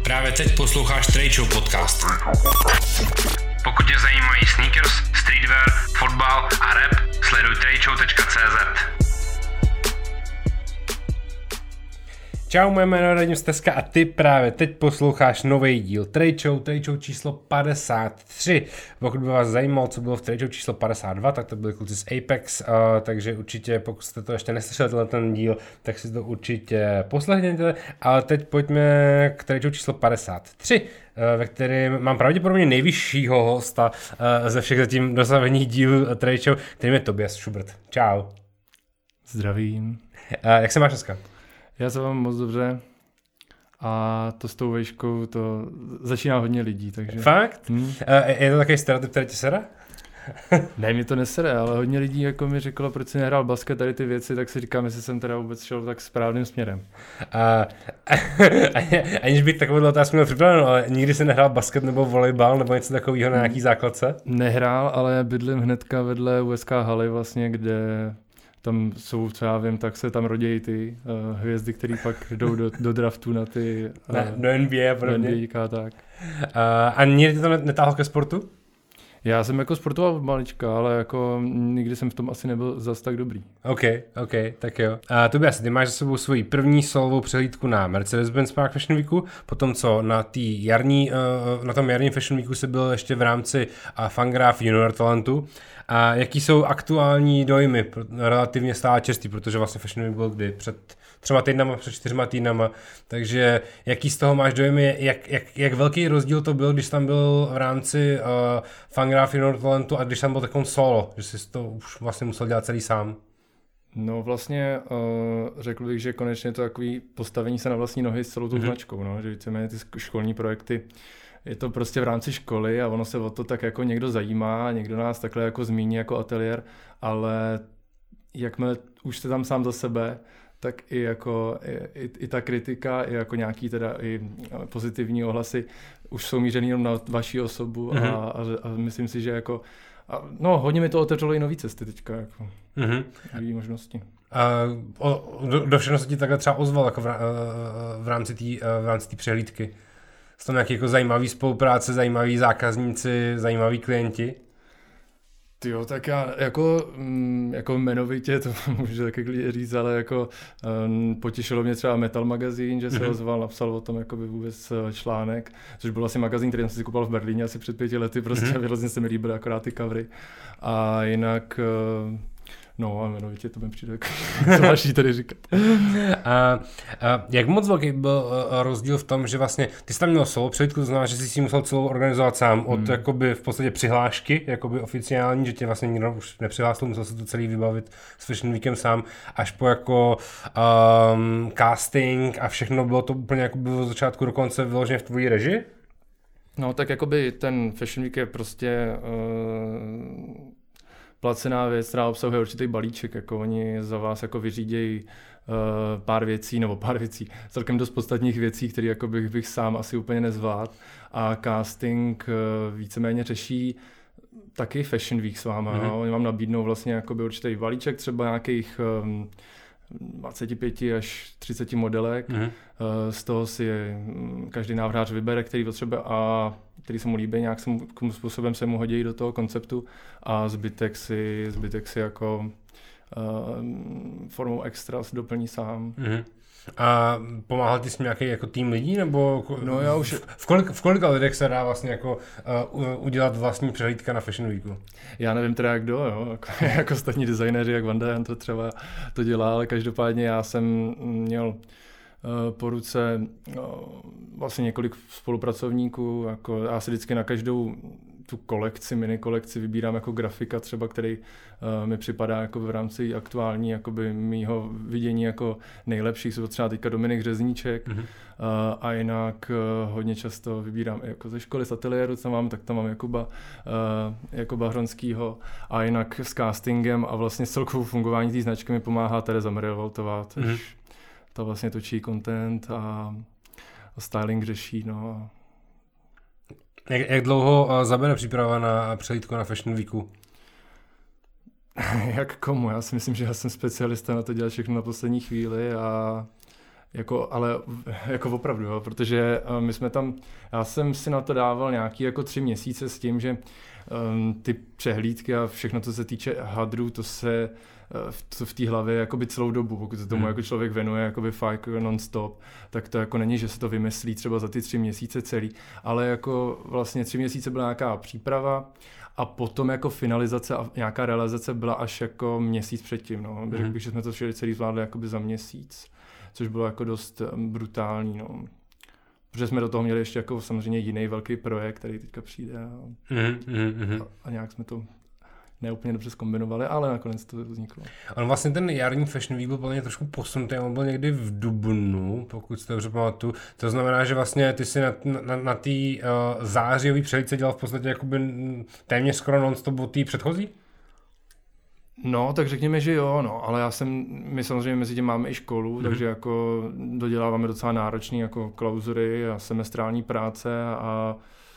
Právě teď posloucháš Trade Show podcast. Pokud tě zajímají sneakers, streetwear, fotbal a rap, sleduj tradeshow.cz. Čau, moje jméno je Radim Steska a ty právě teď posloucháš nový díl Trade Show číslo 53. Pokud by vás zajímalo, co bylo v Trade Show číslo 52, tak to byli kluci z Apex, takže určitě, pokud jste to ještě neslyšeli ten díl, tak si to určitě poslechněte, ale teď pojďme k Trade Show číslo 53, ve kterém mám pravděpodobně nejvyššího hosta ze všech zatím dosavených dílů Trade Show, kterým je Tobias Schubert. Čau. Zdravím. Jak se máš dneska? Já se mám moc dobře a to s tou vejškou to začíná hodně lidí, takže... Fakt? Je to takový stereotyp, který tě sere? Ne, mi to nesere, ale hodně lidí jako mi řeklo, proč si nehrál basket, tady ty věci, tak si říkám, jestli jsem teda vůbec šel tak správným směrem. Aniž bych takovou otázku měl připravenou, ale nikdy jsi nehrál basket nebo volejbal nebo něco takového na nějaký základce? Nehrál, ale bydlím hnedka vedle USK haly vlastně, kde... Tam jsou, co já vím, tak se tam rodějí ty hvězdy, které pak jdou do draftu na ty... do NBA a podobně. NBA, tak. A nikdy to netáhl ke sportu? Já jsem jako sportoval od malička, ale jako nikdy jsem v tom asi nebyl zas tak dobrý. OK, tak jo. Tobias, ty máš za sebou svoji první solovou přehlídku na Mercedes-Benz Park Fashion Weeku, potom co na tom jarní Fashion Weeku se byl ještě v rámci Fangraph Junior Talentu. A jaký jsou aktuální dojmy, relativně stále čerstvý, protože vlastně Fashion Week byl kdy před 3 týdnama, před 4 týdnama, takže jaký z toho máš dojmy, jak velký rozdíl to byl, když tam byl v rámci Fangraph Junior Talentu a když tam byl takový solo, že jsi to už vlastně musel dělat celý sám? No vlastně řekl bych, že konečně to takový postavení se na vlastní nohy s celou tou značkou, no, že víceméně ty školní projekty, je to prostě v rámci školy a ono se o to tak jako někdo zajímá, někdo nás takhle jako zmíní jako ateliér, ale jakmile už jste tam sám za sebe, tak i jako i ta kritika, i jako nějaký teda i pozitivní ohlasy už jsou mířený jenom na vaši osobu a myslím si, že jako hodně mi to otevřelo i nový cesty teďka, jako nový možnosti. Do všeho se ti takhle třeba ozval jako v rámci té přehlídky? Jsou tam nějaké jako zajímavé spolupráce, zajímaví zákazníci, zajímaví klienti? Jo, tak já jako jmenovitě, to můžu taky říct, ale jako potěšilo mě třeba Metal Magazine, že se ozval, napsal o tom jakoby vůbec článek, což byl asi magazín, který jsem si kupoval v Berlíně asi před 5 lety, prostě vyloženě se mi líbily akorát ty covery. A jinak... No a jmenovitě to mi přijde jako zvláštní tady říkat. Jak moc velký byl rozdíl v tom, že vlastně ty jsi tam měl solo přehlídku, to znamená, že jsi si musel celou organizovat sám od jakoby v podstatě přihlášky, jakoby oficiální, že tě vlastně nikdo už nepřihlásil, musel se to celý vybavit s Fashion Weekem sám, až po jako casting a všechno bylo to úplně jakoby od začátku do konce vyloženě v tvojí režii? No tak jakoby ten Fashion Week je prostě... placená věc, která obsahuje určitý balíček, jako oni za vás jako vyřídějí pár věcí, celkem dost podstatných věcí, které jako bych sám asi úplně nezvládl a casting víceméně řeší taky Fashion Week s váma, no? Oni vám nabídnou vlastně jakoby určitý balíček, třeba nějakých 25 až 30 modelek, z toho si každý návrhář vybere, který potřebuje a který se mu líbí, nějakým způsobem se mu hodí do toho konceptu a zbytek si jako formou extras doplní sám. A pomáhal ty s nějaký jako tým lidí, nebo no já už... v kolika lidech se dá vlastně jako udělat vlastní přehlídka na Fashion Weeku? Já nevím teda jak kdo, jo? Jako ostatní designéři, jak Van Dayan to třeba to dělá, ale každopádně já jsem měl po ruce vlastně několik spolupracovníků, jako já si vždycky na každou tu mini kolekci vybírám jako grafika třeba, který mi připadá jako v rámci aktuální jakoby mýho vidění jako nejlepší, jsou to třeba teďka Dominik Řezníček a jinak hodně často vybírám i jako ze školy z ateliéru, co mám, tak tam mám Jakuba Hronskýho a jinak s castingem a vlastně s celkovou fungování té značky mi pomáhá Tereza Merivoltová, což ta vlastně točí content a styling řeší, no. Jak dlouho zabere příprava na přehlídku na Fashion Weeku? Jak komu? Já si myslím, že já jsem specialista na to dělat všechno na poslední chvíli a ale jako opravdu, jo, protože my jsme tam, já jsem si na to dával nějaký jako 3 měsíce s tím, že ty přehlídky a všechno, co se týče hadrů, to se v té hlavě jakoby celou dobu, pokud se tomu jako člověk věnuje jakoby fakt non-stop, tak to jako není, že se to vymyslí třeba za ty 3 měsíce celý, ale jako vlastně 3 měsíce byla nějaká příprava a potom jako finalizace a nějaká realizace byla až jako měsíc předtím, no. Řekl bych, že jsme to celý zvládli jakoby za měsíc, což bylo jako dost brutální, no. Protože jsme do toho měli ještě jako samozřejmě jiný velký projekt, který teďka přijde a nějak jsme to neúplně dobře zkombinovali, ale nakonec to vzniklo. On vlastně ten jarní Fashion Week byl plně trošku posunutý, on byl někdy v dubnu, pokud si to dobře pamatuju. To znamená, že vlastně ty si na té zářijové přehlídce dělal v podstatě jakoby téměř skoro non-stop od té předchozí? No, tak řekněme, že jo, no, ale my samozřejmě mezi tím máme i školu, takže jako doděláváme docela náročný jako klauzury a semestrální práce a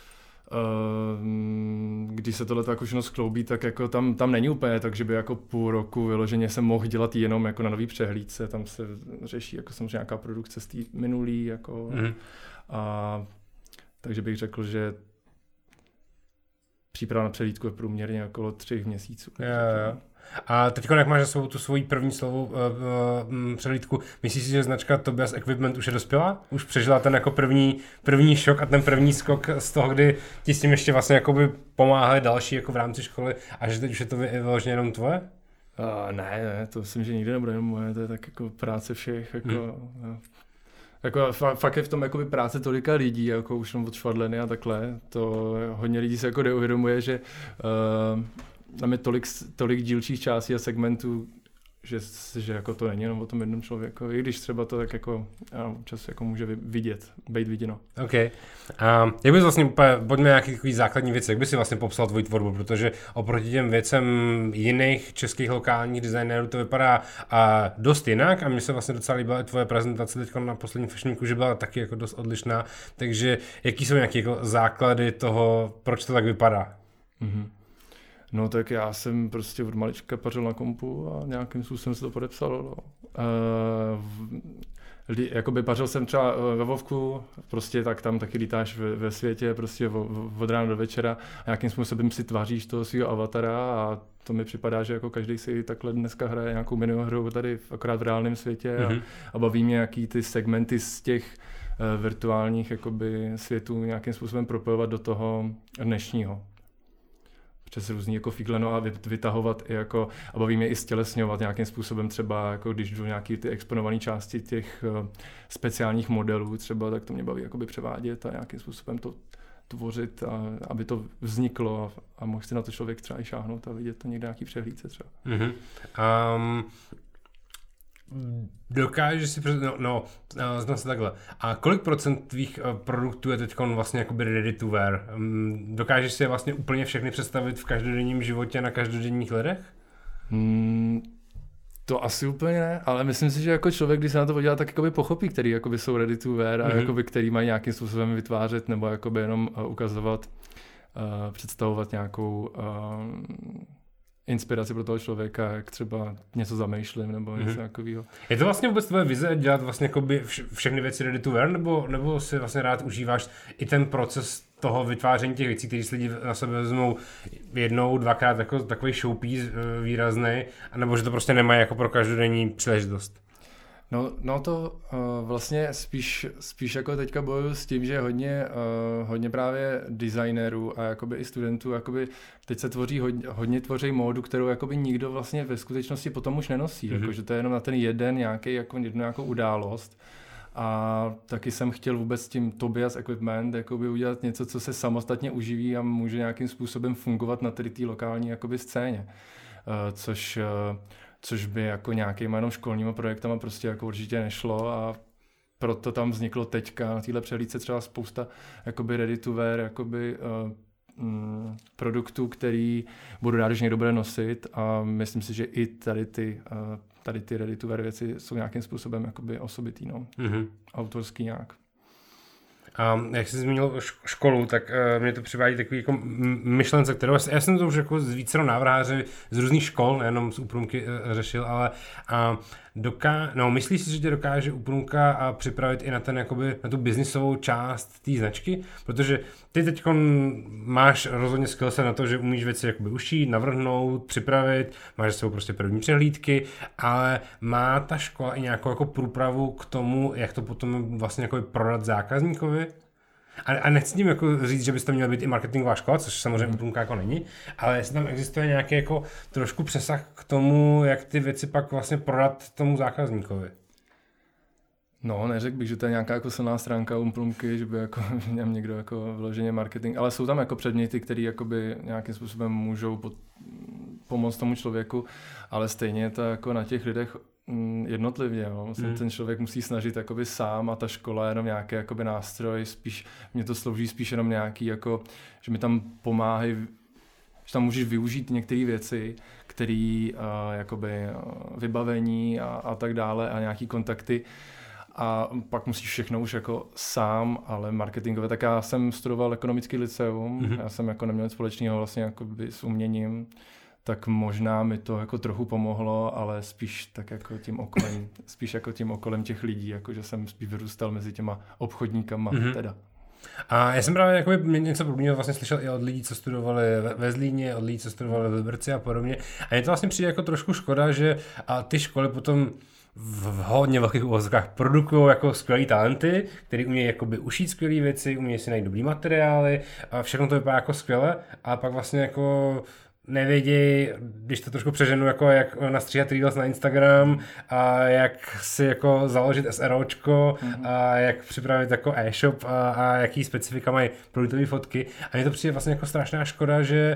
když se tohle tak už skloubí, tak jako tam není úplně tak, že by jako půl roku vyloženě se mohl dělat jenom jako na nový přehlídce, tam se řeší jako samozřejmě nějaká produkce z té minulý, jako a takže bych řekl, že příprava na přehlídku je průměrně okolo 3 měsíců. Jo. A teď, jak máš za sebou tu svoji první přehlídku, myslíš si, že značka Tobias Equipment už je dospělá? Už přežila ten jako první šok a ten první skok z toho, kdy ti s tím ještě vlastně jakoby pomáhali další jako v rámci školy a že teď už je to vyloženě jenom tvoje? Ne, to myslím, že nikdy nebude jenom moje, to je tak jako práce všech, jako fakt je v tom jakoby práce tolika lidí, jako už od Švadleny a takhle, to hodně lidí se jako neuvědomuje, že tam je tolik dílčích částí a segmentů, že jako to není jenom o tom jednom člověku, i když třeba to tak jako občas jako může být viděno. OK. Jak bys vlastně pojďme nějaký takový základní věci, jak bys si vlastně popsal tvoji tvorbu, protože oproti těm věcem jiných českých lokálních designérů to vypadá dost jinak a mně se vlastně docela líbila i tvoje prezentace teď na posledním Fashion Weeku, že byla taky jako dost odlišná, takže jaký jsou nějaké jako základy toho, proč to tak vypadá? No tak já jsem prostě od malička pařil na kompu a nějakým způsobem se to podepsalo. No. Jakoby pařil jsem třeba ve Vovku, prostě tak tam taky lítáš ve světě, prostě od rána do večera a nějakým způsobem si tváříš toho svého avatara a to mi připadá, že jako každý si takhle dneska hraje nějakou minihru tady akorát v reálném světě a baví mě nějaký ty segmenty z těch virtuálních jakoby světů nějakým způsobem propojovat do toho dnešního. Přes různý jako figleno a vytahovat i jako, a baví mě i stělesňovat nějakým způsobem třeba, jako když jdu nějaký ty exponované části těch speciálních modelů třeba, tak to mě baví jakoby převádět a nějakým způsobem to tvořit, aby to vzniklo a mohl si na to člověk třeba i šáhnout a vidět to někde nějaký přehlídce třeba. Dokážeš si znám se takhle. A kolik procent tvých produktů je teď vlastně jakoby ready to wear? Dokážeš si je vlastně úplně všechny představit v každodenním životě na každodenních lidech? To asi úplně ne, ale myslím si, že jako člověk, když se na to podívá, tak jakoby pochopí, který jakoby jsou ready to wear a jakoby, který mají nějakým způsobem vytvářet nebo jakoby jenom ukazovat, představovat nějakou inspiraci pro toho člověka, jak třeba něco zamýšlím nebo něco takového. Je to vlastně vůbec tvoje vize dělat vlastně jakoby všechny věci ready to wear, nebo si vlastně rád užíváš i ten proces toho vytváření těch věcí, které si lidi na sebe vezmou jednou, dvakrát jako takový showpiece výrazný, anebo že to prostě nemají jako pro každodenní příležitost? No to vlastně spíš jako teďka bojuju s tím, že hodně právě designérů a jakoby i studentů jakoby teď se hodně tvoří módu, kterou jakoby nikdo vlastně ve skutečnosti potom už nenosí, jako, že to je jenom na ten jednu nějakou událost. A taky jsem chtěl vůbec s tím Tobias Equipment jakoby udělat něco, co se samostatně uživí a může nějakým způsobem fungovat na té lokální jakoby scéně, což by jako nějakýma jenom školníma projektama prostě jako určitě nešlo a proto tam vzniklo teďka na téhle přehlídce třeba spousta jakoby ready to wear jakoby produktů, který budu rád, že někdo bude nosit a myslím si, že i tady ty ready to wear věci jsou nějakým způsobem jakoby osobitý, autorský nějak. A jak jsi zmínil školu, tak mě to přivádí takový jako myšlence, kterou já jsem to už jako z vícero návrháři z různých škol, nejenom z Úprumky řešil, ale myslíš si, že tě dokáže Uplunka a připravit i na ten, jakoby, na tu biznisovou část té značky? Protože ty teď máš rozhodně skill set na to, že umíš věci jakoby ušít, navrhnout, připravit, máš za sebou prostě první přehlídky, ale má ta škola i nějakou jako průpravu k tomu, jak to potom vlastně jako prodat zákazníkovi? A nechci tím jako říct, že byste měl být i marketingová škola, což samozřejmě Uplunka jako není, ale jestli tam existuje nějaký jako trošku přesah k tomu, jak ty věci pak vlastně prodat tomu zákazníkovi. No, neřekl bych, že to je nějaká jako silná stránka Uplunky, že by jako měl někdo jako vyloženě marketing, ale jsou tam jako předměty, které jakoby nějakým způsobem můžou pomoct tomu člověku, ale stejně je to jako na těch lidech jednotlivě, jo. Ten člověk musí snažit jakoby sám a ta škola je jenom nějaký jakoby nástroj, spíš mě to slouží spíš jenom nějaký jako, že mi tam pomáhají, že tam můžeš využít některé věci, které jakoby vybavení a tak dále a nějaký kontakty a pak musíš všechno už jako sám, ale marketingové. Tak já jsem studoval ekonomický lyceum, já jsem jako neměl společného vlastně jakoby s uměním, tak možná mi to jako trochu pomohlo, ale spíš tak jako tím okolem těch lidí, jako že jsem spíš vyrůstal mezi těma obchodníkama teda. A já jsem právě jakoby něco podobného vlastně slyšel i od lidí, co studovali ve Zlíně, od lidí, co studovali v Liberci a podobně. A mně to vlastně přijde jako trošku škoda, že a ty školy potom v hodně velkých uvozovkách produkují jako skvělý talenty, který umějí jakoby ušít skvělé věci, umějí si najít dobrý materiály a všechno to vypadá jako skvěle, a pak vlastně jako nevědějí, když to trošku přeženu, jako jak nastříhat reels na Instagram a jak si jako založit SROčko a jak připravit jako e-shop a jaký specifika mají produktové fotky. A mně to přijde vlastně jako strašná škoda, že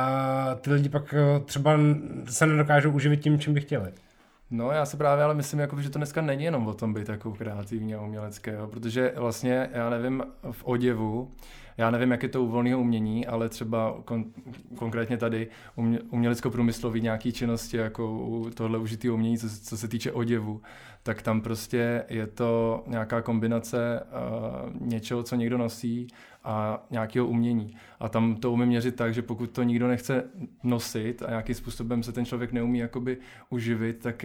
ty lidi pak třeba se nedokážou uživit tím, čím by chtěli. No, já se právě ale myslím, jako, že to dneska není jenom o tom být jako kreativní a umělecké, jo? Protože vlastně, já nevím, v oděvu, já nevím, jak je to u volného umění, ale třeba konkrétně tady umělecko-průmyslový nějaký činnosti, jako u tohle užitého umění, co se týče oděvu, tak tam prostě je to nějaká kombinace něčeho, co někdo nosí a nějakého umění. A tam to umím měřit tak, že pokud to nikdo nechce nosit a nějakým způsobem se ten člověk neumí jakoby uživit, tak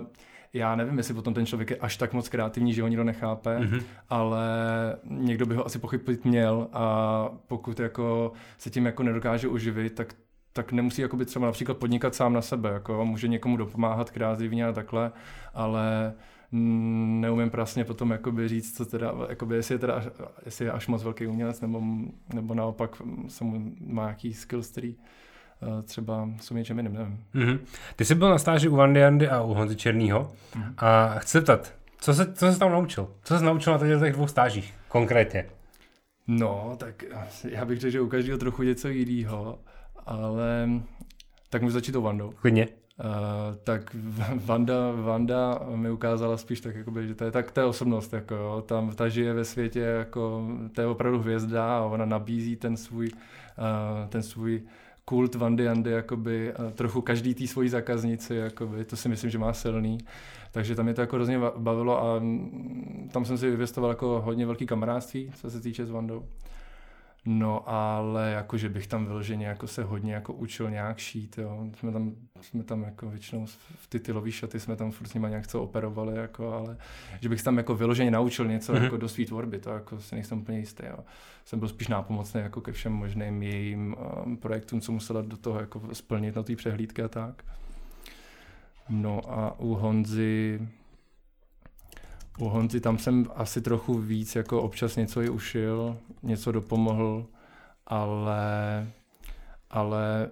já nevím, jestli potom ten člověk je až tak moc kreativní, že ho nikdo nechápe, ale někdo by ho asi pochopit měl, a pokud jako se tím jako nedokáže uživit, tak nemusí jakoby třeba například podnikat sám na sebe, jako může někomu dopomáhat kreativně a takhle, ale neumím prasně potom jakoby říct, co teda, jakoby jestli je až moc velký umělec, nebo naopak má nějaký skills, který třeba jsou něčem jiným, nevím. Ty jsi byl na stáži u Vandy Jandy a u Honzy Černýho a chci se ptat, co se tam naučil? Co jsi naučil na těch 2 stážích konkrétně? No, tak já bych řekl, že u každého trochu něco jiného, ale tak můžu začít tou Vandou. Klidně. Tak Vanda mi ukázala spíš tak, jakoby, že to je osobnost, jako, jo. Tam ta žije ve světě, jako, to je opravdu hvězda a ona nabízí ten svůj kult Vandy Jandy, jakoby, trochu každý tý svojí zákaznici, jakoby, to si myslím, že má silný. Takže tam mě to jako hrozně bavilo a tam jsem si vyvěstoval jako hodně velký kamarádství, co se týče s Vandou. No, ale jako, že bych tam vyloženě jako se hodně jako učil nějak šít, jo. Jsme tam jako většinou v ty tylový šaty jsme tam furt s nima nějak co operovali, jako, ale že bych tam jako vyloženě naučil něco jako do svý tvorby, to jako si nejsem úplně jistý, jo. Jsem byl spíš nápomocný jako ke všem možným jejím projektům, co musela do toho jako splnit na té přehlídky a tak. No a u Honzy tam jsem asi trochu víc, jako občas něco i ušil, něco dopomohl, ale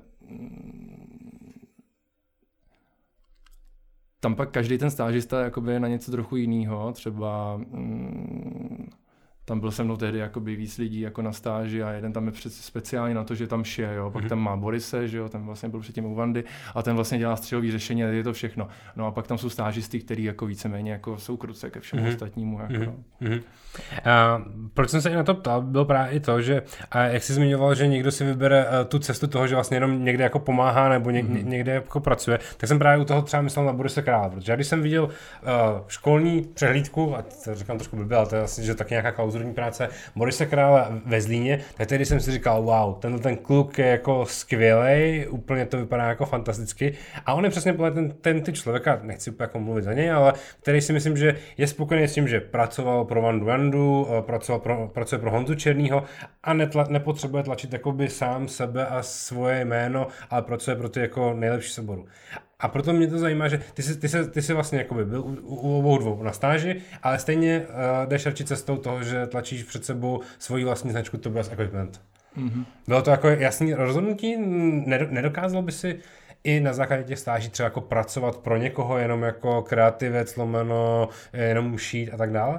tam pak každý ten stážista jakoby je na něco trochu jinýho, třeba tam byl se mnou tehdy jakoby víc lidí jako na stáži a jeden tam je speciálně na to, že tam šije, jo. Pak tam má Borise, že jo, ten vlastně byl předtím u Vandy a ten vlastně dělá střelový řešení a je to všechno. No a pak tam jsou stážisty, kteří jako víceméně jako jsou kruce ke všemu ostatnímu. Jako. Proč jsem se i na to ptal, byl právě i to, že jak jsi zmiňoval, že někdo si vybere tu cestu toho, že vlastně jenom někde jako pomáhá nebo někde jako pracuje, tak jsem právě u toho třeba myslel na Borise Krále, protože když jsem viděl školní přehlídku, a to říkám trošku blbě, ale to je vlastně, že taky nějaká klauzurní práce Borise Krále ve Zlíně, tak tehdy jsem si říkal, wow, ten kluk je jako skvělej, úplně to vypadá jako fantasticky a on je přesně ten typ člověka, nechci úplně jako mluvit za něj, ale který si myslím, že je spokojený s tím, že pracoval pro Vandu Jandu, pracuje pro Honzu Černýho a nepotřebuje tlačit jakoby sám sebe a svoje jméno, ale pracuje pro ty jako nejlepší z oboru. A proto mě to zajímá, že ty jsi vlastně jakoby byl u obou dvou na stáži, ale stejně jdeš radši cestou toho, že tlačíš před sebou svoji vlastní značku Tobias Equipment. Mm-hmm. Bylo to jako jasný rozhodnutí? Nedokázal by si i na základě těch stáží třeba jako pracovat pro někoho jenom jako kreativec, lomeno, jenom šít a tak dále?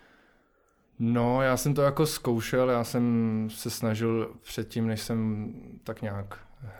No, já jsem to jako zkoušel, já jsem se snažil předtím, než jsem tak nějak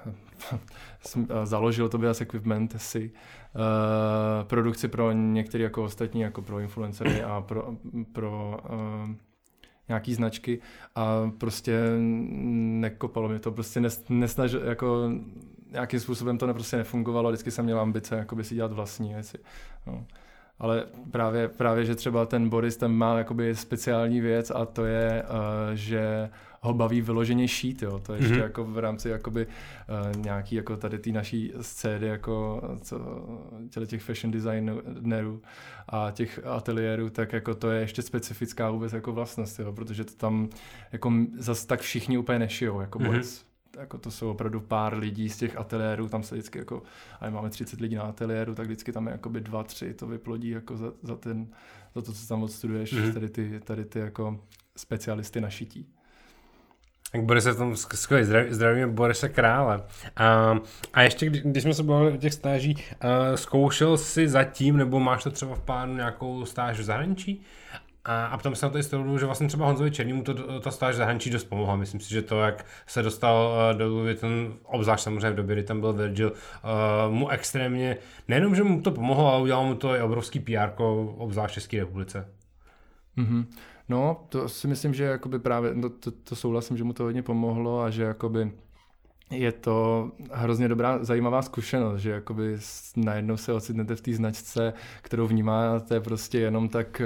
založil Tobias Equipment si produkci pro některé jako ostatní, jako pro influencery a pro nějaký značky a prostě nekopalo mě to, prostě nesnažil, jako nějakým způsobem to prostě nefungovalo, vždycky jsem měl ambice jakoby si dělat vlastní věci. No. Ale právě, že třeba ten Boris tam má jakoby speciální věc a to je, že ho baví vyloženě šít, jo. To je ještě jako v rámci jakoby nějaký jako tady té naší scény jako těch fashion designerů a těch ateliérů, tak jako to je ještě specifická vůbec jako vlastnost, jo, protože to tam jako zas tak všichni úplně nešijou, jako Boris. Jako to jsou opravdu pár lidí z těch ateliérů, tam se vždycky jako, ale máme 30 lidí na ateliéru, tak vždycky tam je jakoby 2-3, to vyplodí jako za to, co tam odstuduješ, tady ty jako specialisty na šití. Tak Borise v tom skvělý, zdravíme Borise Krále. A ještě, když jsme se bavili o těch stáží, zkoušel jsi zatím, nebo máš to třeba v plánu nějakou stáž v zahraničí? A potom se na to i stalo, že vlastně třeba Honzovi Černýmu ta stáž zahraničí dost pomohla. Myslím si, že to, jak se dostal do Louis Vuitton, obzvlášť samozřejmě v době, kdy tam byl Virgil, mu extrémně, nejenom, že mu to pomohlo, ale udělalo mu to i obrovský PR, obzvlášť v České republice. Mm-hmm. No, to si myslím, že jakoby právě, to souhlasím, že mu to hodně pomohlo a že jakoby je to hrozně dobrá, zajímavá zkušenost, že jakoby najednou se ocitnete v té značce, kterou vnímáte prostě jenom tak,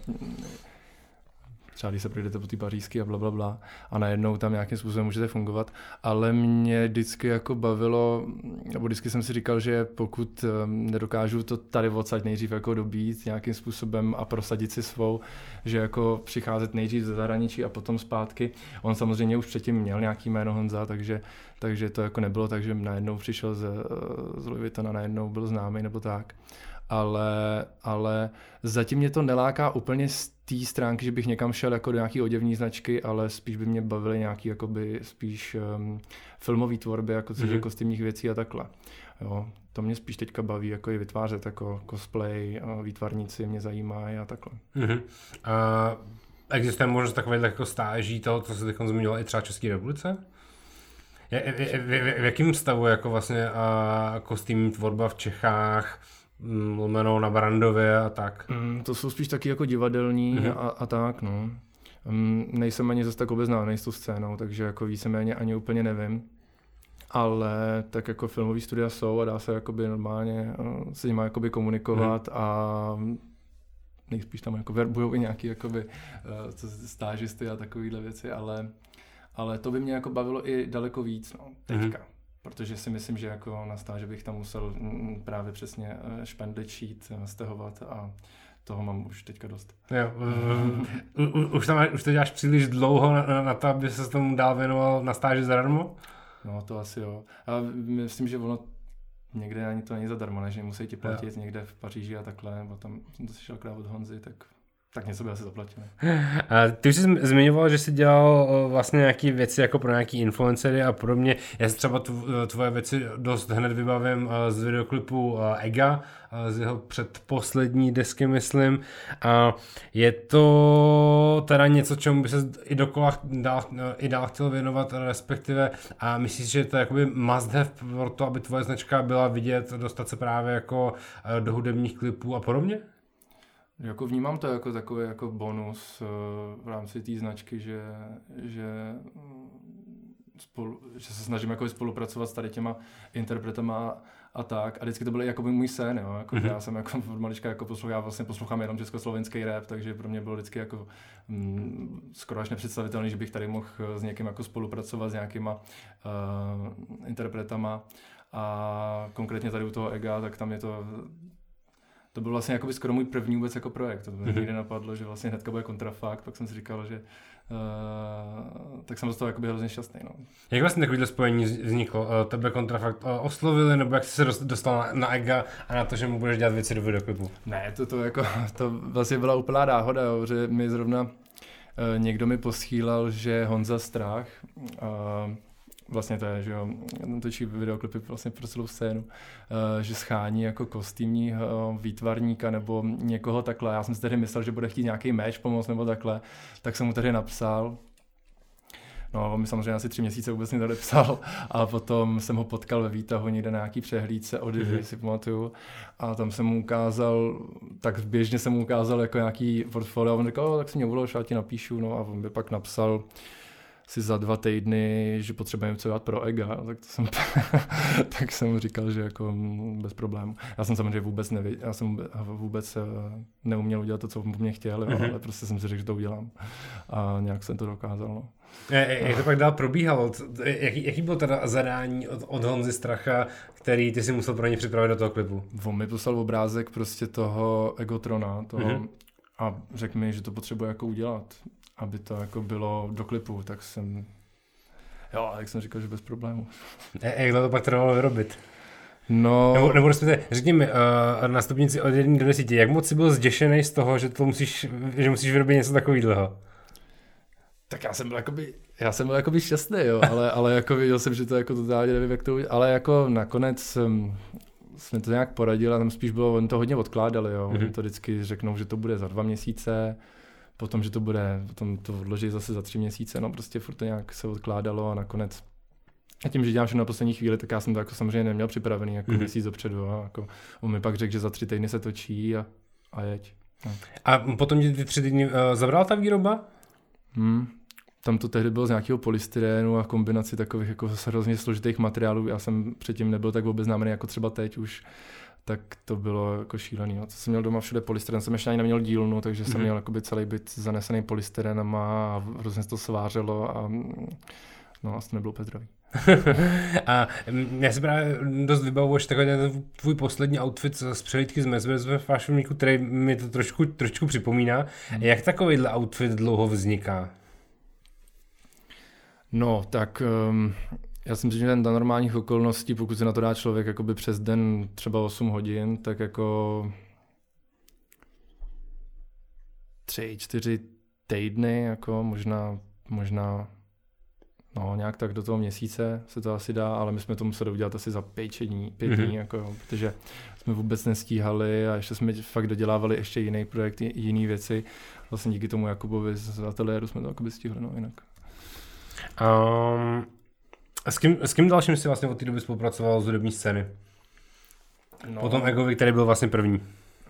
třeba když se projdete po té pařížské a blablabla a najednou tam nějakým způsobem můžete fungovat, ale mě vždycky jako bavilo, nebo vždycky jsem si říkal, že pokud nedokážu to tady odsaď nejdřív jako dobít nějakým způsobem a prosadit si svou, že jako přicházet nejdřív ze zahraničí a potom zpátky. On samozřejmě už předtím měl nějaký jméno Honza, takže to jako nebylo, takže najednou přišel z Louis Vuitton a najednou byl známý nebo tak. Ale zatím mě to neláká úplně z té stránky, že bych někam šel jako do nějaký oděvní značky, ale spíš by mě bavily nějaký jakoby spíš filmový tvorby, jako což je kostýmních věcí a takhle. Jo, to mě spíš teďka baví, jako i vytvářet, jako cosplay, výtvarníci mě zajímají a takhle. Existuje možnost takových jako stáží toho, co se teď zmiňoval i třeba v České republice? V jakém stavu jako vlastně kostýmní tvorba v Čechách, lomeno na Barrandově a tak? To jsou spíš taky jako divadelní a tak, no. Nejsem ani zase tak obeznámený s tou scénou, takže jako víceméně ani úplně nevím. Ale tak jako filmový studia jsou a dá se jakoby normálně s nimi jakoby komunikovat a nejspíš tam jako verbujou i nějaký jakoby stážisty a takovýhle věci, ale to by mě jako bavilo i daleko víc, no, teďka. Protože si myslím, že jako na stáži bych tam musel právě přesně špendlit, šít, stahovat a toho mám už teďka dost. Jo, už to děláš příliš dlouho na to, aby se tomu dál věnoval na stáži zadarmo? No to asi jo. A myslím, že ono někde ani to není zadarmo, než musí ti platit někde v Paříži a takhle, nebo tam jsem to slyšel krát od Honzy, tak něco by asi zaplatil. Ty už jsi zmiňoval, že jsi dělal vlastně nějaké věci jako pro nějaký influencery a podobně. Já si třeba tvoje věci dost hned vybavím z videoklipu Ega, z jeho předposlední desky, myslím. A je to teda něco, čemu by se i dál chtěl věnovat, respektive a myslíš, že to je jakoby must have pro to, aby tvoje značka byla vidět, dostat se právě jako do hudebních klipů a podobně? Jako vnímám to jako takový jako bonus v rámci té značky, že že se snažím jako spolupracovat s tady těma interpretama a tak. A vždycky to byl jako můj sen, jo. Jako, já jsem jako od malička jako já vlastně poslouchám jenom československý rap, takže pro mě bylo vždycky jako skoro až nepředstavitelný, že bych tady mohl s někým jako spolupracovat s nějakýma interpretama. A konkrétně tady u toho Ega, tak tam je to byl vlastně jakoby skoro můj první vůbec jako projekt. To mě nikdy napadlo, že vlastně hnedka bude kontrafakt, pak jsem si říkal, že tak jsem z toho jakoby hrozně šťastný. No. Jak vlastně takovýhle spojení vzniklo? Tebe kontrafakt oslovili, nebo jak jsi se dostal na Ega a na to, že mu budeš dělat věci do videoklipu? Ne, to vlastně byla úplná náhoda, jo, že mi zrovna někdo mi posílal, že Honza Strach, vlastně to je, že jo, točí videoklipy vlastně pro celou scénu, že schání jako kostýmního výtvarníka nebo někoho takhle. Já jsem si tehdy myslel, že bude chtít nějaký meč pomoct nebo takhle, tak jsem mu tehdy napsal. No, on mi samozřejmě asi 3 měsíce vůbec nedopsal a potom jsem ho potkal ve výtahu někde na nějaký přehlídce od Divy, si pamatuju. A tam jsem mu ukázal, tak běžně jsem mu ukázal jako nějaký portfolio a on říkal, tak si mě ulož, já ti napíšu, no a on by pak napsal si za 2 týdny, že potřebujeme něco dělat pro Ega, tak jsem mu říkal, že jako bez problémů. Já jsem samozřejmě vůbec neuměl udělat to, co po mně chtěl, ale prostě jsem si řekl, že to udělám a nějak jsem to dokázal. No. Jak to pak dál probíhalo? Jaký bylo teda zadání od Honzy Stracha, který ty si musel pro ně připravit do toho klipu? On mi poslal obrázek prostě toho Egotrona a řekl mi, že to potřebuje jako udělat, aby to jako bylo do klipu, tak jsem říkal, že bez problému. Jak to pak trvalo vyrobit? No... Nebo respektive, řekni mi, na stupnici od 1 do 10, jak moc jsi byl zděšený z toho, že musíš vyrobit něco takového? Tak já jsem byl jakoby šťastný, jo, ale jako viděl jsem, že to jako totálně nevím, jak to udělat, ale jako nakonec jsme to nějak poradili a tam spíš bylo, oni to hodně odkládali, jo, oni to vždycky řeknou, že to bude za 2 měsíce, potom to odloží zase za 3 měsíce, no prostě furt to nějak se odkládalo a nakonec. A tím, že dělám všechno na poslední chvíli, tak já jsem to jako samozřejmě neměl připravený jako měsíc dopředu a jako on mi pak řekl, že za 3 týdny se točí a jeď. No. A potom ty 3 týdny zabrala ta výroba? Tam to tehdy bylo z nějakého polystyrénu a kombinaci takových jako hrozně složitých materiálů. Já jsem předtím nebyl tak obeznámený jako třeba teď už, tak to bylo jako šílený. No. To jsem měl doma všude polystyrén, jsem ještě ani neměl dílnu, takže jsem měl jakoby celý byt zanesený polystyrénama a hrozně se to svářelo a no, asi nebylo úplně zdravý. A já si právě dost vybavuješ takový tvůj poslední outfit z přehlídky z Mercedes Fashion Weeku, který mi to trošku připomíná. Jak takovýhle outfit dlouho vzniká? No, tak já si myslím, že za normálních okolností, pokud se na to dá člověk jakoby přes den třeba 8 hodin, tak jako 3-4 týdny, jako možná no, nějak tak do toho měsíce se to asi dá, ale my jsme to museli udělat asi za 5 dní, jako, protože jsme vůbec nestíhali a ještě jsme fakt dodělávali ještě jiný projekt, jiný věci. Vlastně díky tomu Jakubovi z ateliéru jsme to jakoby stihli, no jinak. S kým dalším jsi vlastně od té doby spolupracoval z hudební scény? No. Potom Egovi, který byl vlastně první.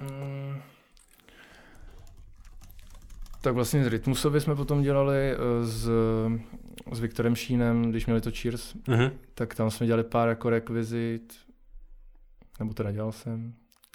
Tak vlastně z Rytmusovi jsme potom dělali s Viktorem Šínem, když měli to Cheers, tak tam jsme dělali pár jako rekvizit, nebo teda dělal jsem.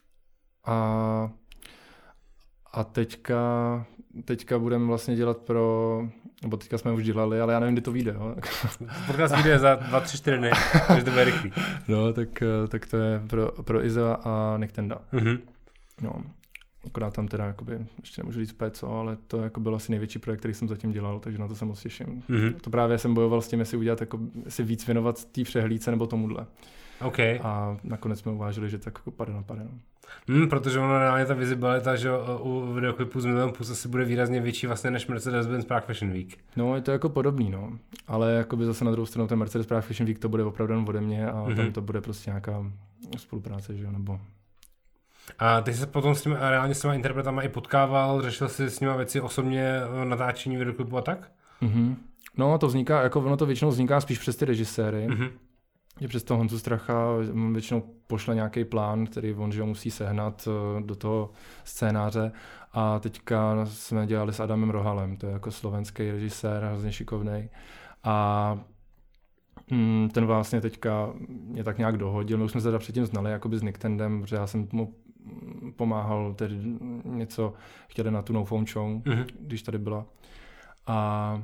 A teďka budeme vlastně dělat nebo teďka jsme už dělali, ale já nevím, kdy to vyjde. Podcast vyjde za 2-3-4 dny, takže to bude rychlý. No, tak to je pro Iza a Niktenda. No, akorát tam teda, jakoby, ještě nemůžu říct co, ale to jako byl asi největší projekt, který jsem zatím dělal, takže na to se moc těším. To právě jsem bojoval s tím, jestli udělat, jestli víc věnovat té přehlídce nebo tomuhle. Okay. A nakonec jsme uvážili, že tak jako pade na pade. Protože ono reálně ta vizibilita, že u videoklipu z Milion Plus asi bude výrazně větší vlastně než Mercedes-Benz Prague Fashion Week. No, je to jako podobný, no. Ale jakoby zase na druhou stranu ten Mercedes Prague Fashion Week to bude opravdu jen ode mě a tam to bude prostě nějaká spolupráce, že jo, nebo... A ty se potom reálně s těma interpretama i potkával, řešil jsi s nima věci osobně, natáčení videoklipu a tak? No, to vzniká, jako ono to většinou vzniká spíš přes ty režiséry. Je přes toho Honzu Stracha většinou pošle nějaký plán, který on že musí sehnat do toho scénáře. A teďka jsme dělali s Adamem Rohalem, to je jako slovenský režisér, hrozně šikovnej. A Ten vlastně teďka mě tak nějak dohodil. My už jsme se teda předtím znali jakoby s Nicktendem, protože já jsem mu pomáhal tedy něco, chtěli na tu No Phone Show, když tady byla. A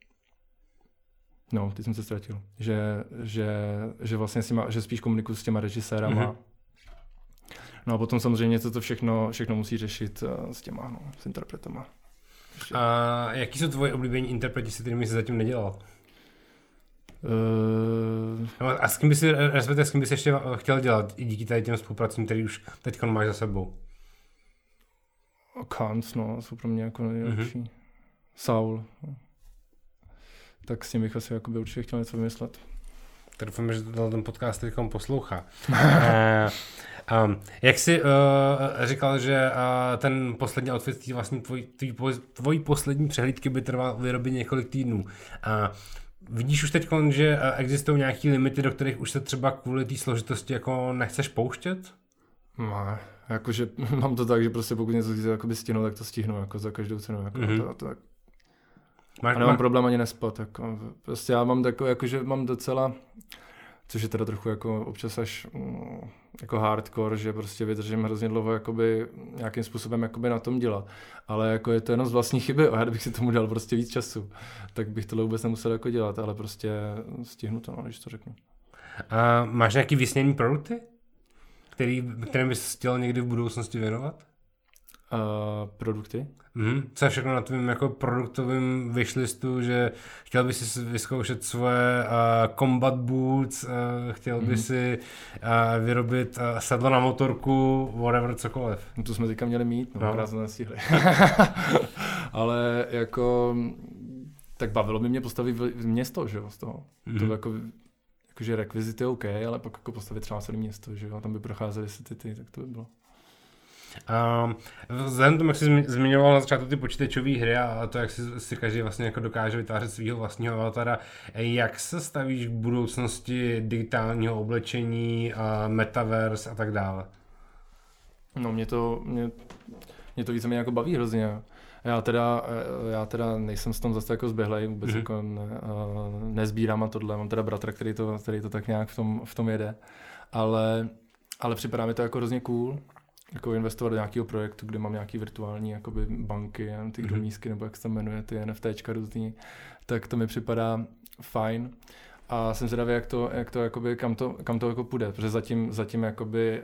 no, teď jsem se ztratil. Že vlastně že spíš komunikuju s těma režisérama. No a potom samozřejmě to všechno musí řešit s těma, no, s interpretama. A jaký jsou tvoje oblíbení interpreti, se kterými jsi zatím nedělal? A s kým bys ještě chtěl dělat i díky tady těm spolupracím, který už teď máš za sebou? Kant, no, jsou pro mě jako nejlepší. Saul. No. Tak s tím bych asi jakoby určitě chtěl něco vymyslet. Tak doufám, že ten podcast teď poslouchá. Jak jsi říkal, že ten poslední outfit, vlastně tvojí poslední přehlídky by trval vyrobit několik týdnů. Vidíš už teď, že existují nějaké limity, do kterých už se třeba kvůli té složitosti jako nechceš pouštět? No, jakože mám to tak, že prostě pokud něco chci jakoby stihnout, tak to stihnu jako za každou cenu. Jako tak. A nemám problém ani nespat. Jako. Prostě já mám takový, jakože mám docela, což je teda trochu jako občas až jako hardcore, že prostě vydržím hrozně dlouho jakoby nějakým způsobem jakoby na tom dělat. Ale jako je to jenom z vlastní chyby a já kdybych si tomu dal prostě víc času, tak bych tohle vůbec nemusel jako dělat, ale prostě stihnu to, no, když to řeknu. A máš nějaký vysněný produkty, kterým bys chtěl někdy v budoucnosti věnovat? Produkty? Co je všechno na tvým jako produktovém wishlistu, že chtěl bys si vyzkoušet svoje combat boots, chtěl bys si vyrobit sedlo na motorku, whatever, cokoliv. No to jsme teďka měli mít, no. Krát jsme nestihli. Ale jako, tak bavilo by mě postavit město, že jo, z toho. To jakože rekvizity OK, ale pak jako postavit třeba celé město, že jo, tam by procházely se ty, tak to by bylo. Vzhledem tomu, jak jsi zmiňoval na začátku ty počítačové hry a to, jak si každý vlastně jako dokáže vytvářet svého vlastního avatara, jak se stavíš k budoucnosti digitálního oblečení, metaverse a tak dále? No mě to víceméně jako baví hrozně. Já teda nejsem s tom zase jako zběhlej, vůbec jako nezbírám a tohle, mám teda bratra, který to tak nějak v tom jede, ale připadá mi to jako hrozně cool, jako investovat do nějakého projektu, kde mám nějaký virtuální jakoby banky, ty gromísky, nebo jak se tam jmenuje, ty NFTčka různý, tak to mi připadá fajn. A jsem zvědavý, jak to jakoby, kam to jako půjde, protože zatím jakoby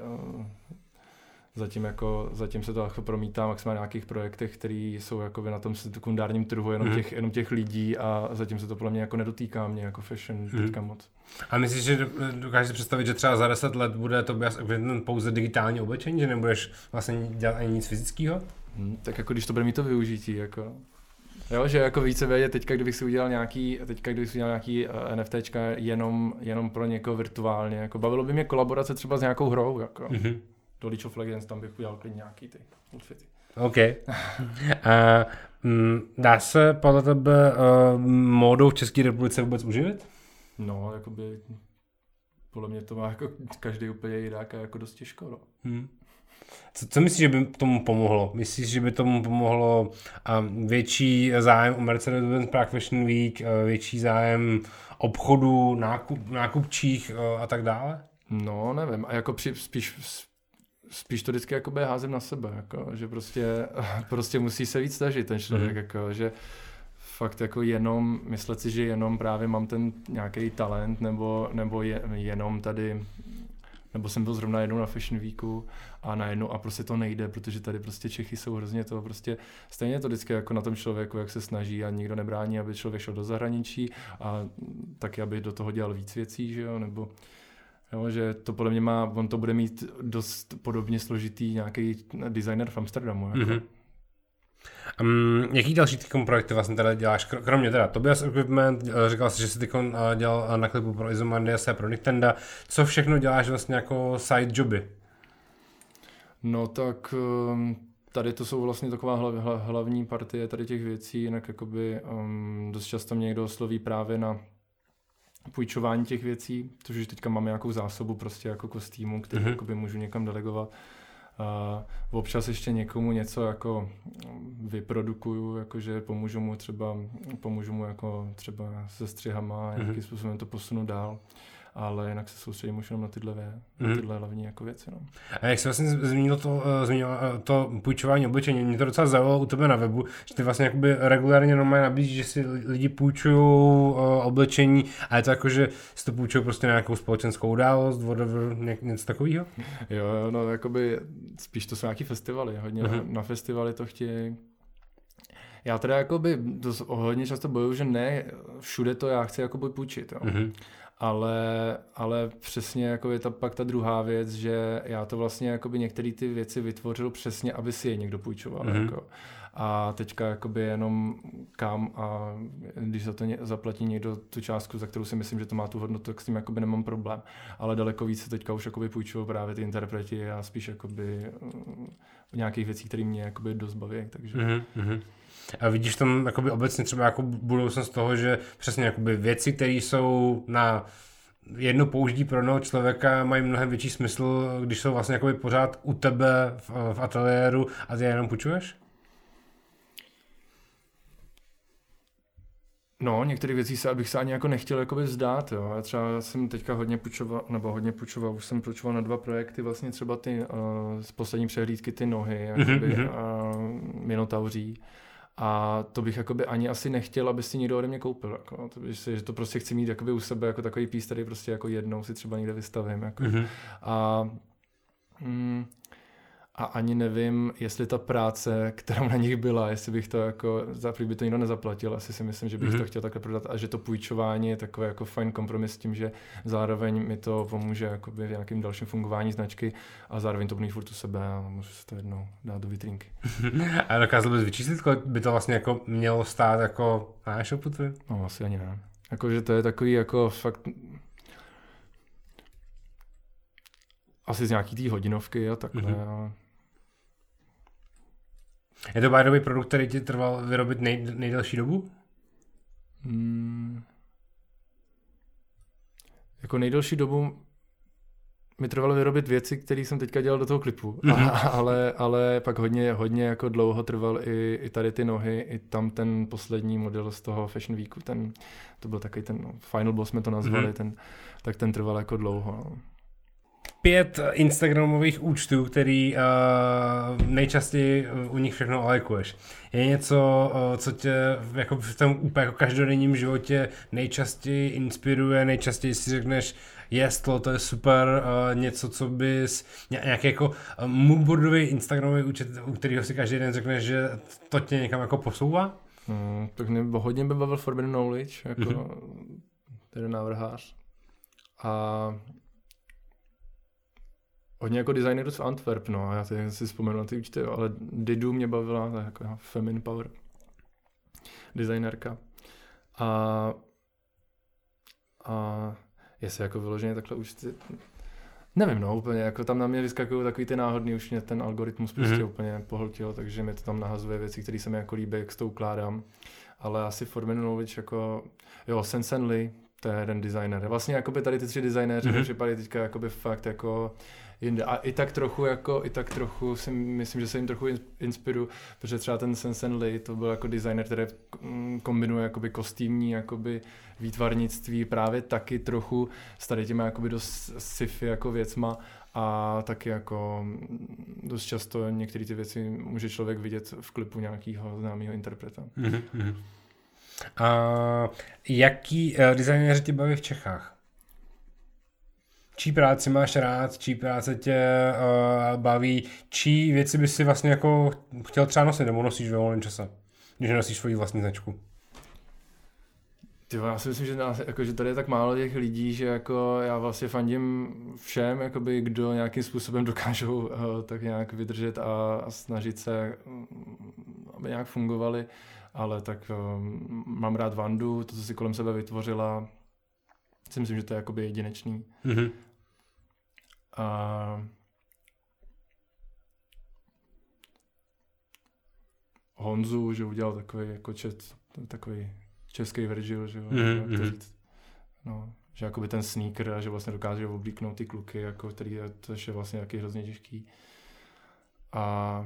Zatím se to jako promítá maximálně na nějakých projektech, které jsou jakoby na tom sekundárním trhu jenom těch lidí a zatím se to podle mě jako nedotýká mě jako fashion teďka moc. A myslíš, že dokážeš si představit, že třeba za 10 let bude to pouze digitální oblečení, že nebudeš vlastně dělat ani nic fyzického? Tak jako když to bude mít to využití, jako. Jo, že jako více vědět teďka, kdybych si udělal nějaký NFTčka jenom pro někoho virtuálně, jako bavilo by mě kolaborace třeba s nějakou hrou, jako. Do League of Legends, tam bych udělal klidně nějaký ty outfity. OK. Dá se podle tebe módou v České republice vůbec uživit? No, jakoby podle mě to má jako každý úplně jinak a jako dost těžko. No. Co myslíš, že by tomu pomohlo? Myslíš, že by tomu pomohlo větší zájem o Mercedes-Benz Prague Fashion Week, větší zájem obchodů, nákupčích a tak dále? No, nevím. A jako spíš to vždycky jakoby házím na sebe, jako, že prostě musí se víc snažit ten člověk, jako, že fakt jako jenom, myslet si, že jenom právě mám ten nějaký talent, nebo jenom tady, nebo jsem byl zrovna jednou na Fashion Weeku a najednou a prostě to nejde, protože tady prostě Čechy jsou hrozně to prostě, stejně to vždycky jako na tom člověku, jak se snaží a nikdo nebrání, aby člověk šel do zahraničí a taky, aby do toho dělal víc věcí, že jo, nebo jo, že to podle mě on to bude mít dost podobně složitý nějaký designer v Amsterdamu. Jako. Jaký další projekty vlastně teda děláš? Kromě teda Tobias Equipment, říkal jsi, že jsi dělal na klipu pro Izomandias a pro Nicktenda. Co všechno děláš vlastně jako side joby? No tak tady to jsou vlastně taková hlavní partie tady těch věcí, jinak jakoby dost často mě někdo osloví právě na půjčování těch věcí, což už teďka máme nějakou zásobu prostě jako kostýmu, který jakoby můžu někam delegovat. A občas ještě někomu něco jako vyprodukuju, jakože pomůžu mu jako třeba se střihama, nějakým způsobem to posunu dál. Ale jinak se soustředím už jenom na tyhle hlavní jako věci. No. A jak jsi vlastně zmínil to půjčování oblečení, mě to docela zaujalo u tebe na webu, že ty vlastně jakoby regulárně normálně nabízíš, že si lidi půjčují oblečení a je to jako, že si to půjčují prostě na nějakou společenskou událost, whatever, něco takového? Jo, no jakoby spíš to jsou nějaký festivaly, hodně na festivaly to chtějí. Já teda jakoby hodně často bojuju, že ne všude to já chci jakoby půjčit, jo. Ale přesně jako je pak ta druhá věc, že já to vlastně jakoby některé ty věci vytvořil přesně, aby si je někdo půjčoval. Jako. A teďka jakoby jenom kam a když za to zaplatí někdo tu částku, za kterou si myslím, že to má tu hodnotu, tak s tím jakoby nemám problém. Ale daleko více teďka už jakoby půjčují právě ty interpreti a spíš jakoby nějakých věcí, které mě jakoby dost baví. Takže... A vidíš tam jakoby obecně třeba jako budoucnost toho, že přesně jakoby věci, které jsou na jedno použití pro jednoho člověka, mají mnohem větší smysl, když jsou vlastně jakoby pořád u tebe v ateliéru a ty je jenom půjčuješ? No, některé věci abych se ani jako nechtěl jakoby vzdát, jo. Já třeba jsem teďka hodně půjčoval, už jsem půjčoval na 2 projekty, vlastně třeba ty z poslední přehlídky ty nohy, jakoby minotauří. A to bych jakoby ani asi nechtěl, aby si někdo ode mě koupil. Jako. Že to prostě chci mít jakoby u sebe jako takový pís, který prostě jako jednou si třeba někde vystavím. Jako. A ani nevím, jestli ta práce, kterou na nich byla, jestli bych to jako, by to nikdo nezaplatil, asi si myslím, že bych to chtěl takhle prodat a že to půjčování je takový jako fajn kompromis s tím, že zároveň mi to pomůže jakoby v nějakém dalším fungování značky a zároveň to bude furt u sebe a můžu se to jednou dát do vitrínky. A dokázal bys vyčíslit, kolik by to vlastně jako mělo stát jako na e-shopu? No asi ani ne. Jakože to je takový jako fakt... Asi z nějaký té hodinovky a takhle. Je to by the way produkt, který ti trval vyrobit nejdelší dobu? Jako nejdelší dobu mi trvalo vyrobit věci, které jsem teďka dělal do toho klipu. Ale pak hodně jako dlouho trval i tady ty nohy, i tam ten poslední model z toho Fashion Weeku. To byl takový ten Final Boss jsme to nazvali, tak ten trval jako dlouho. 5 instagramových účtů, který nejčastěji u nich všechno lajkuješ. Je něco, co tě jako v tom úplně jako každodenním životě nejčastěji inspiruje, nejčastěji si řekneš, to je super, něco, co bys, nějaký jako moodboardový instagramový účet, u kterého si každý den řekneš, že to tě někam jako posouvá? Tak mě hodně by bavil Forbidden Knowledge, jako ten návrhář. A hodně jako designerů z Antwerp, no, já si vzpomenu na ty účty, ale Didu mě bavila, to je jako Femin Power designérka. A jestli jako vyloženě takhle účty, nevím, no, úplně, jako tam na mě vyskakují takový ty náhodný, už mě ten algoritmus prostě úplně pohltil, takže mi to tam nahazuje věci, které se mi jako líbí, jak s to ukládám. Ale asi Forbidden Knowledge jako, Sensen Lee, to je jeden designer. Vlastně jakoby tady ty 3 designéři připadají teďka jakoby fakt jako jinde. A i tak trochu si myslím, že se jim trochu inspiruju, protože třeba ten Sensen Lee, to byl jako designer, který kombinuje jakoby kostýmní jakoby výtvarnictví právě taky trochu s tady těma jakoby dost sci-fi jako věcma a taky jako dost často některé ty věci může člověk vidět v klipu nějakého známého interpreta. A jaký designéři tě baví v Čechách? Čí práci máš rád, čí práce tě baví, čí věci by si vlastně jako chtěl třeba nosit, nebo nosíš ve volném čase, když nosíš svoji vlastní značku? Já si myslím, že tady je tak málo těch lidí, že jako já vlastně fandím všem, jakoby, kdo nějakým způsobem dokážou tak nějak vydržet a snažit se, aby nějak fungovali. Ale tak mám rád Vandu, to, co si kolem sebe vytvořila, si myslím, že to je jakoby jedinečný. A Honzu, že udělal takový jako takový český Virgil, že jak to říct. No, že jakoby ten sneaker a že vlastně dokáže oblíknout ty kluky, jako který to je vlastně taky hrozně těžký. A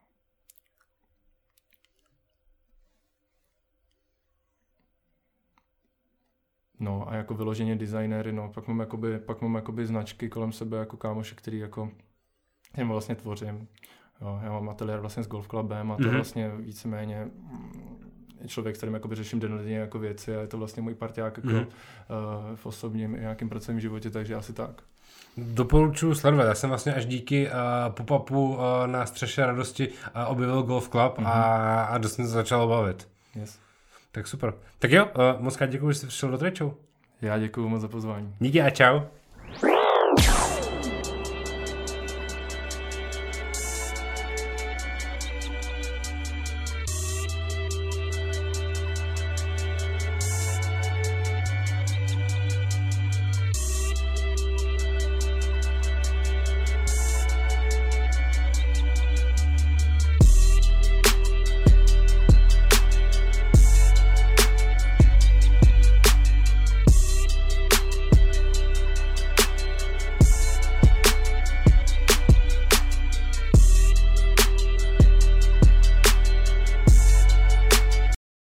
no a jako vyloženě designéry, no, pak mám jakoby značky kolem sebe jako kámoši, který jako těm vlastně tvořím. Jo, já mám ateliér vlastně s golf clubem a to vlastně víceméně je člověk, s kterým jakoby řeším dennodenně jako věci a je to vlastně můj parťák jako v osobním i nějakým pracovním životě, takže asi tak. Doporučuji sledovat. Já jsem vlastně až díky pop-upu na Střeše radosti objevil golf club a dost mě to začalo bavit. Yes. Tak super. Tak jo, moc krát děkuji, že jsi přišel do Trade Show. Já děkuji moc za pozvání. Díky a čau.